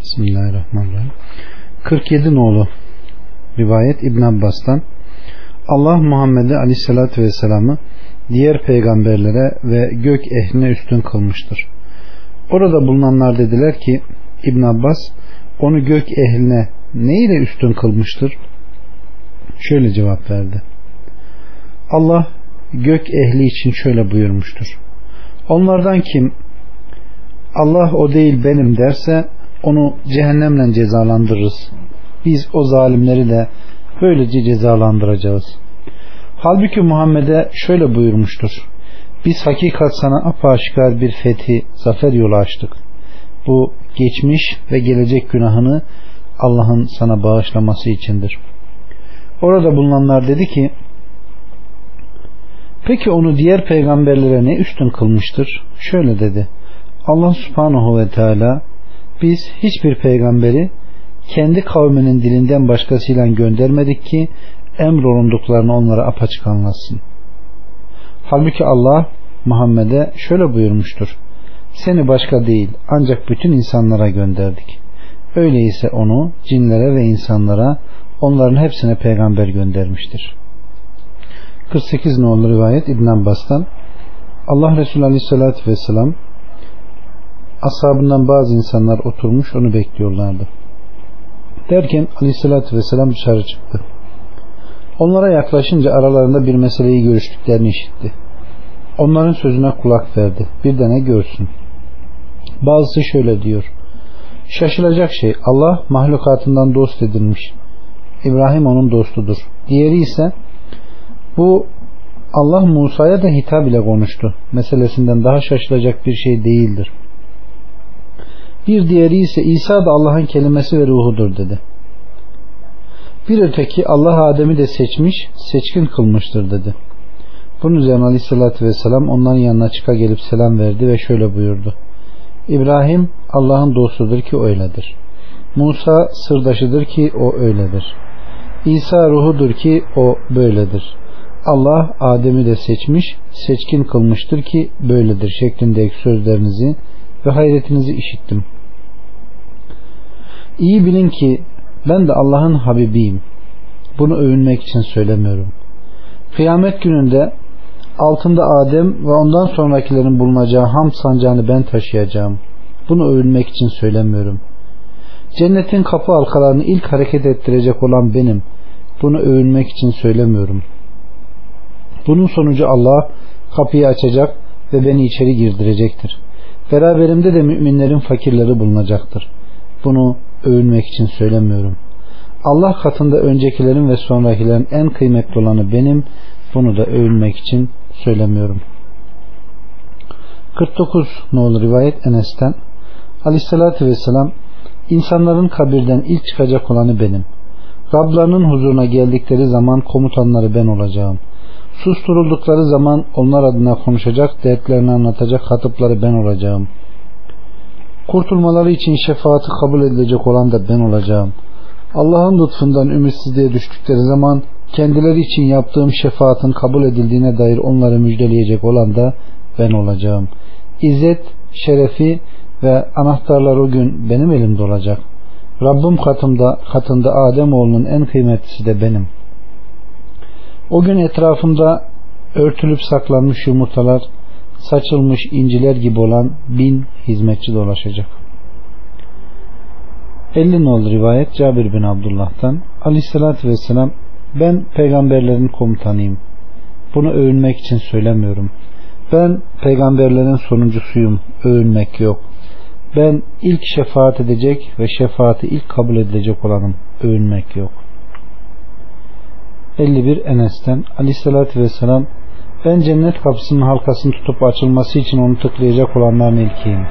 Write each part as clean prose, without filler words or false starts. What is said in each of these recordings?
Bismillahirrahmanirrahim. 47 nolu rivayet İbn Abbas'tan, Allah Muhammed'e aleyhissalatü vesselam'ı diğer peygamberlere ve gök ehline üstün kılmıştır. Orada bulunanlar dediler ki, İbn Abbas onu gök ehline ne ile üstün kılmıştır? Şöyle cevap verdi: Allah gök ehli için şöyle buyurmuştur: onlardan kim Allah o değil benim derse onu cehennemle cezalandırırız. Biz o zalimleri de böylece cezalandıracağız. Halbuki Muhammed'e şöyle buyurmuştur: biz hakikat sana apaşikar bir fethi, zafer yolu açtık. Bu geçmiş ve gelecek günahını Allah'ın sana bağışlaması içindir. Orada bulunanlar dedi ki, peki onu diğer peygamberlere ne üstün kılmıştır? Şöyle dedi: Allah subhanahu ve teala biz hiçbir peygamberi kendi kavminin dilinden başkasıyla göndermedik ki emrolunduklarını onlara apaçık anlatsın. Halbuki Allah Muhammed'e şöyle buyurmuştur: seni başka değil ancak bütün insanlara gönderdik. Öyleyse onu cinlere ve insanlara, onların hepsine peygamber göndermiştir. 48 nolu rivayet İbn Abbas'tan, Allah Resulü Aleyhisselatü Vesselam ashabından bazı insanlar oturmuş onu bekliyorlardı. Derken Aleyhisselatü Vesselam dışarı çıktı. Onlara yaklaşınca aralarında bir meseleyi görüştüklerini işitti. Onların sözüne kulak verdi. Bir de ne görsün. Bazısı şöyle diyor: şaşılacak şey, Allah mahlukatından dost edilmiş, İbrahim onun dostudur. Diğeri ise bu Allah Musa'ya da hitap ile konuştu meselesinden daha şaşılacak bir şey değildir. Bir diğeri ise İsa da Allah'ın kelimesi ve ruhudur dedi. Bir öteki Allah Adem'i de seçmiş, seçkin kılmıştır dedi. Bunun üzerine Aleyhisselatü Vesselam onların yanına çıka gelip selam verdi ve şöyle buyurdu: İbrahim Allah'ın dostudur ki öyledir. Musa sırdaşıdır ki o öyledir. İsa ruhudur ki o böyledir. Allah Adem'i de seçmiş, seçkin kılmıştır ki böyledir şeklindeki sözlerinizi ve hayretinizi işittim. İyi bilin ki ben de Allah'ın Habibiyim. Bunu övünmek için söylemiyorum. Kıyamet gününde altında Adem ve ondan sonrakilerin bulunacağı hamd sancağını ben taşıyacağım. Bunu övünmek için söylemiyorum. Cennetin kapı halkalarını ilk hareket ettirecek olan benim. Bunu övünmek için söylemiyorum. Bunun sonucu Allah kapıyı açacak ve beni içeri girdirecektir. Beraberimde de müminlerin fakirleri bulunacaktır. Bunu övünmek için söylemiyorum. Allah katında öncekilerin ve sonrakilerin en kıymetli olanı benim. Bunu da övünmek için söylemiyorum. 49 nolu rivayet Enes'ten, Aleyhisselatü Vesselam insanların kabirden ilk çıkacak olanı benim. Rablarının huzuruna geldikleri zaman komutanları ben olacağım. Susturuldukları zaman onlar adına konuşacak, dertlerini anlatacak hatıpları ben olacağım. Kurtulmaları için şefaati kabul edilecek olan da ben olacağım. Allah'ın lütfundan ümitsizliğe düştükleri zaman kendileri için yaptığım şefaatin kabul edildiğine dair onları müjdeleyecek olan da ben olacağım. İzzet, şerefi ve anahtarlar o gün benim elimde olacak. Rabbim katında Ademoğlunun en kıymetlisi de benim. O gün etrafımda örtülüp saklanmış yumurtalar, saçılmış inciler gibi olan 1000 hizmetçi dolaşacak. 50 nolu rivayet Cabir bin Abdullah'tan, Aleyhisselatü Vesselam ben peygamberlerin komutanıyım. Bunu övünmek için söylemiyorum. Ben peygamberlerin sonuncusuyum. Övünmek yok. Ben ilk şefaat edecek ve şefaati ilk kabul edilecek olanım. Övünmek yok. 51 Enes'ten, Aleyhisselatü Vesselam ben cennet kapısının halkasını tutup açılması için onu tıklayacak olanların ilkiyim.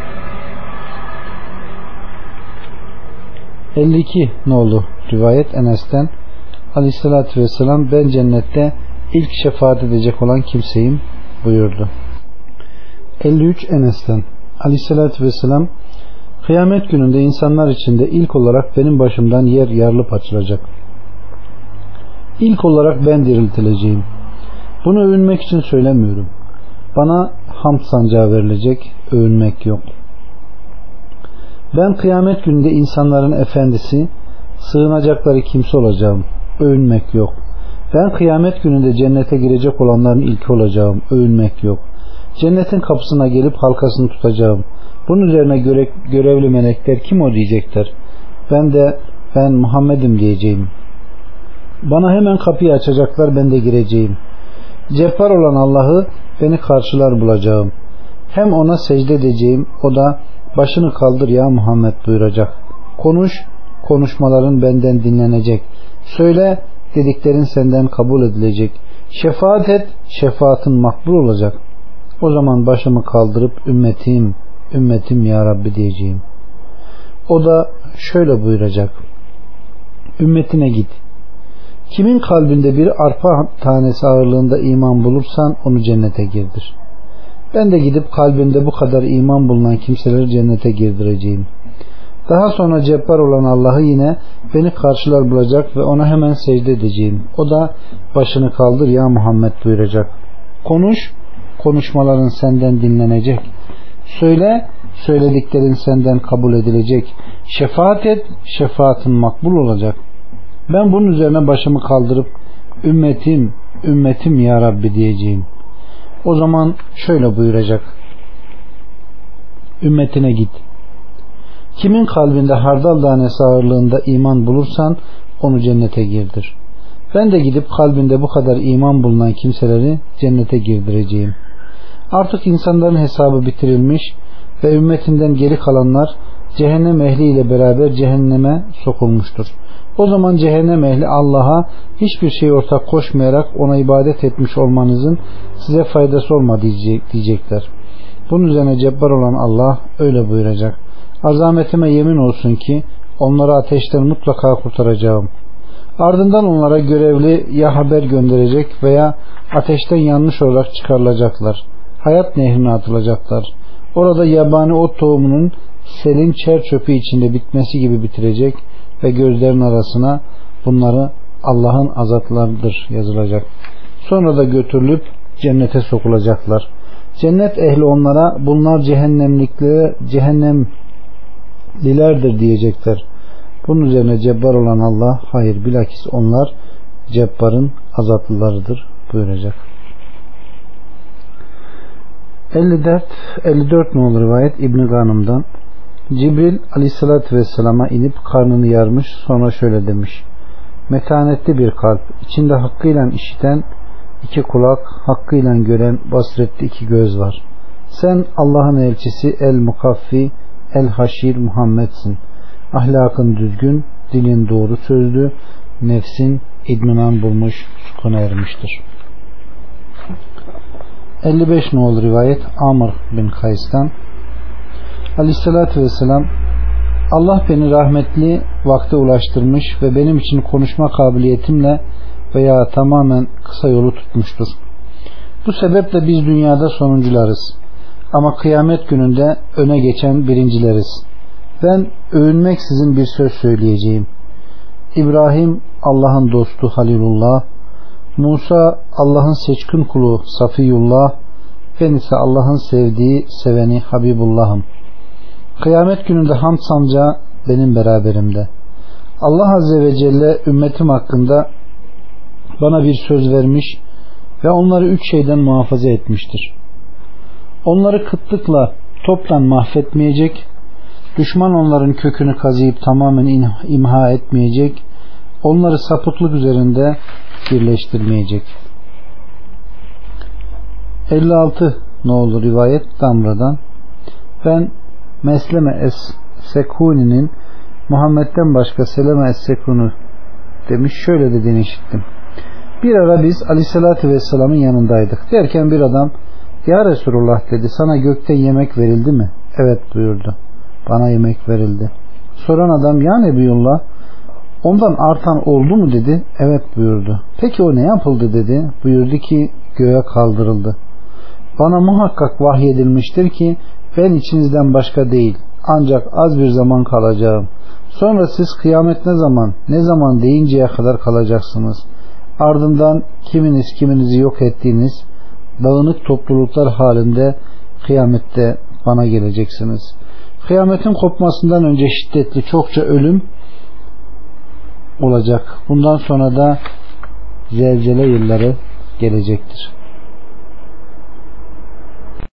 52 nolu rivayet Enes'ten, Aleyhisselatü Vesselam ben cennette ilk şefaat edecek olan kimseyim buyurdu. 53 Enes'ten, Aleyhisselatü Vesselam kıyamet gününde insanlar içinde ilk olarak benim başımdan yer yarılıp açılacak. İlk olarak ben diriltileceğim. Bunu övünmek için söylemiyorum. Bana hamd sancağı verilecek, övünmek yok. Ben kıyamet gününde insanların efendisi, sığınacakları kimse olacağım. Övünmek yok. Ben kıyamet gününde cennete girecek olanların ilki olacağım. Övünmek yok. Cennetin kapısına gelip halkasını tutacağım. Bunun üzerine görevli melekler kim o diyecekler. Ben Muhammed'im diyeceğim. Bana hemen kapıyı açacaklar, ben de gireceğim. Cebbar olan Allah'ı beni karşılar bulacağım. Hem ona secde edeceğim, o da başını kaldır ya Muhammed buyuracak. Konuş, konuşmaların benden dinlenecek. Söyle, dediklerin senden kabul edilecek. Şefaat et, şefaatin makbul olacak. O zaman başımı kaldırıp ümmetim, ümmetim ya Rabbi diyeceğim. O da şöyle buyuracak. Ümmetine git. Kimin kalbinde bir arpa tanesi ağırlığında iman bulursan onu cennete girdir. Ben de gidip kalbinde bu kadar iman bulunan kimseleri cennete girdireceğim. Daha sonra cebbar olan Allah'ı yine beni karşılar bulacak ve ona hemen secde edeceğim. O da başını kaldır ya Muhammed buyuracak. Konuş, konuşmaların senden dinlenecek. Söyle, söylediklerin senden kabul edilecek. Şefaat et, şefaatin makbul olacak. Ben bunun üzerine başımı kaldırıp ümmetim, ümmetim ya Rabbi diyeceğim. O zaman şöyle buyuracak. Ümmetine git. Kimin kalbinde hardal tanesi ağırlığında iman bulursan onu cennete girdir. Ben de gidip kalbinde bu kadar iman bulunan kimseleri cennete girdireceğim. Artık insanların hesabı bitirilmiş ve ümmetinden geri kalanlar cehennem ehliyle beraber cehenneme sokulmuştur. O zaman cehennem ehli Allah'a hiçbir şey ortak koşmayarak ona ibadet etmiş olmanızın size faydası olmadı diyecekler. Bunun üzerine cebbar olan Allah öyle buyuracak. Azametime yemin olsun ki onları ateşten mutlaka kurtaracağım. Ardından onlara görevli ya haber gönderecek veya ateşten yanmış olarak çıkarılacaklar. Hayat nehrine atılacaklar. Orada yabani ot tohumunun selin çer çöpü içinde bitmesi gibi bitirecek ve gözlerin arasına bunları Allah'ın azaplarıdır yazılacak. Sonra da götürülüp cennete sokulacaklar. Cennet ehli onlara bunlar cehennemlilerdir diyecekler. Bunun üzerine cebbar olan Allah hayır bilakis onlar cebbarın azaplılarıdır buyuracak. 54 nolu rivayet İbn Ganım'dan Cibril aleyhissalatü vesselama inip karnını yarmış, sonra şöyle demiş: metanetli bir kalp, içinde hakkıyla işiten iki kulak, hakkıyla gören basiretli iki göz var. Sen Allah'ın elçisi el mukaffi el haşir Muhammed'sin. Ahlakın düzgün, dilin doğru sözlü, nefsin idminan bulmuş, sukuna ermiştir. 55 nolu rivayet Amr bin Kays'tan Aleyhissalatü vesselam Allah beni rahmetli vakte ulaştırmış ve benim için konuşma kabiliyetimle veya tamamen kısa yolu tutmuştur. Bu sebeple biz dünyada sonuncularız ama kıyamet gününde öne geçen birincileriz. Ben övünmeksizin bir söz söyleyeceğim. İbrahim Allah'ın dostu Halilullah, Musa Allah'ın seçkin kulu Safiyullah, ben ise Allah'ın sevdiği seveni Habibullah'ım. Kıyamet gününde hamd sancağı benim beraberimde. Allah Azze ve Celle ümmetim hakkında bana bir söz vermiş ve onları 3 şeyden muhafaza etmiştir. Onları kıtlıkla toptan mahvetmeyecek, düşman onların kökünü kazıyıp tamamen imha etmeyecek, onları sapıklık üzerinde birleştirmeyecek. 56 nolu rivayet Damra'dan ben Mesleme Es-Sekuni'nin Muhammed'den başka Seleme Es-Sekunu demiş, şöyle dediğini işittim. Bir ara biz Aleyhisselatü Vesselam'ın yanındaydık. Derken bir adam ya Resulullah dedi, sana gökten yemek verildi mi? Evet buyurdu. Bana yemek verildi. Soran adam ya Nebiyullah ondan artan oldu mu dedi. Evet buyurdu. Peki o ne yapıldı dedi. Buyurdu ki göğe kaldırıldı. Bana muhakkak vahyedilmiştir ki ben içinizden başka değil ancak az bir zaman kalacağım. Sonra siz kıyamet ne zaman deyinceye kadar kalacaksınız. Ardından kiminizi yok ettiğiniz dağınık topluluklar halinde kıyamette bana geleceksiniz. Kıyametin kopmasından önce şiddetli çokça ölüm olacak. Bundan sonra da zelzele yılları gelecektir.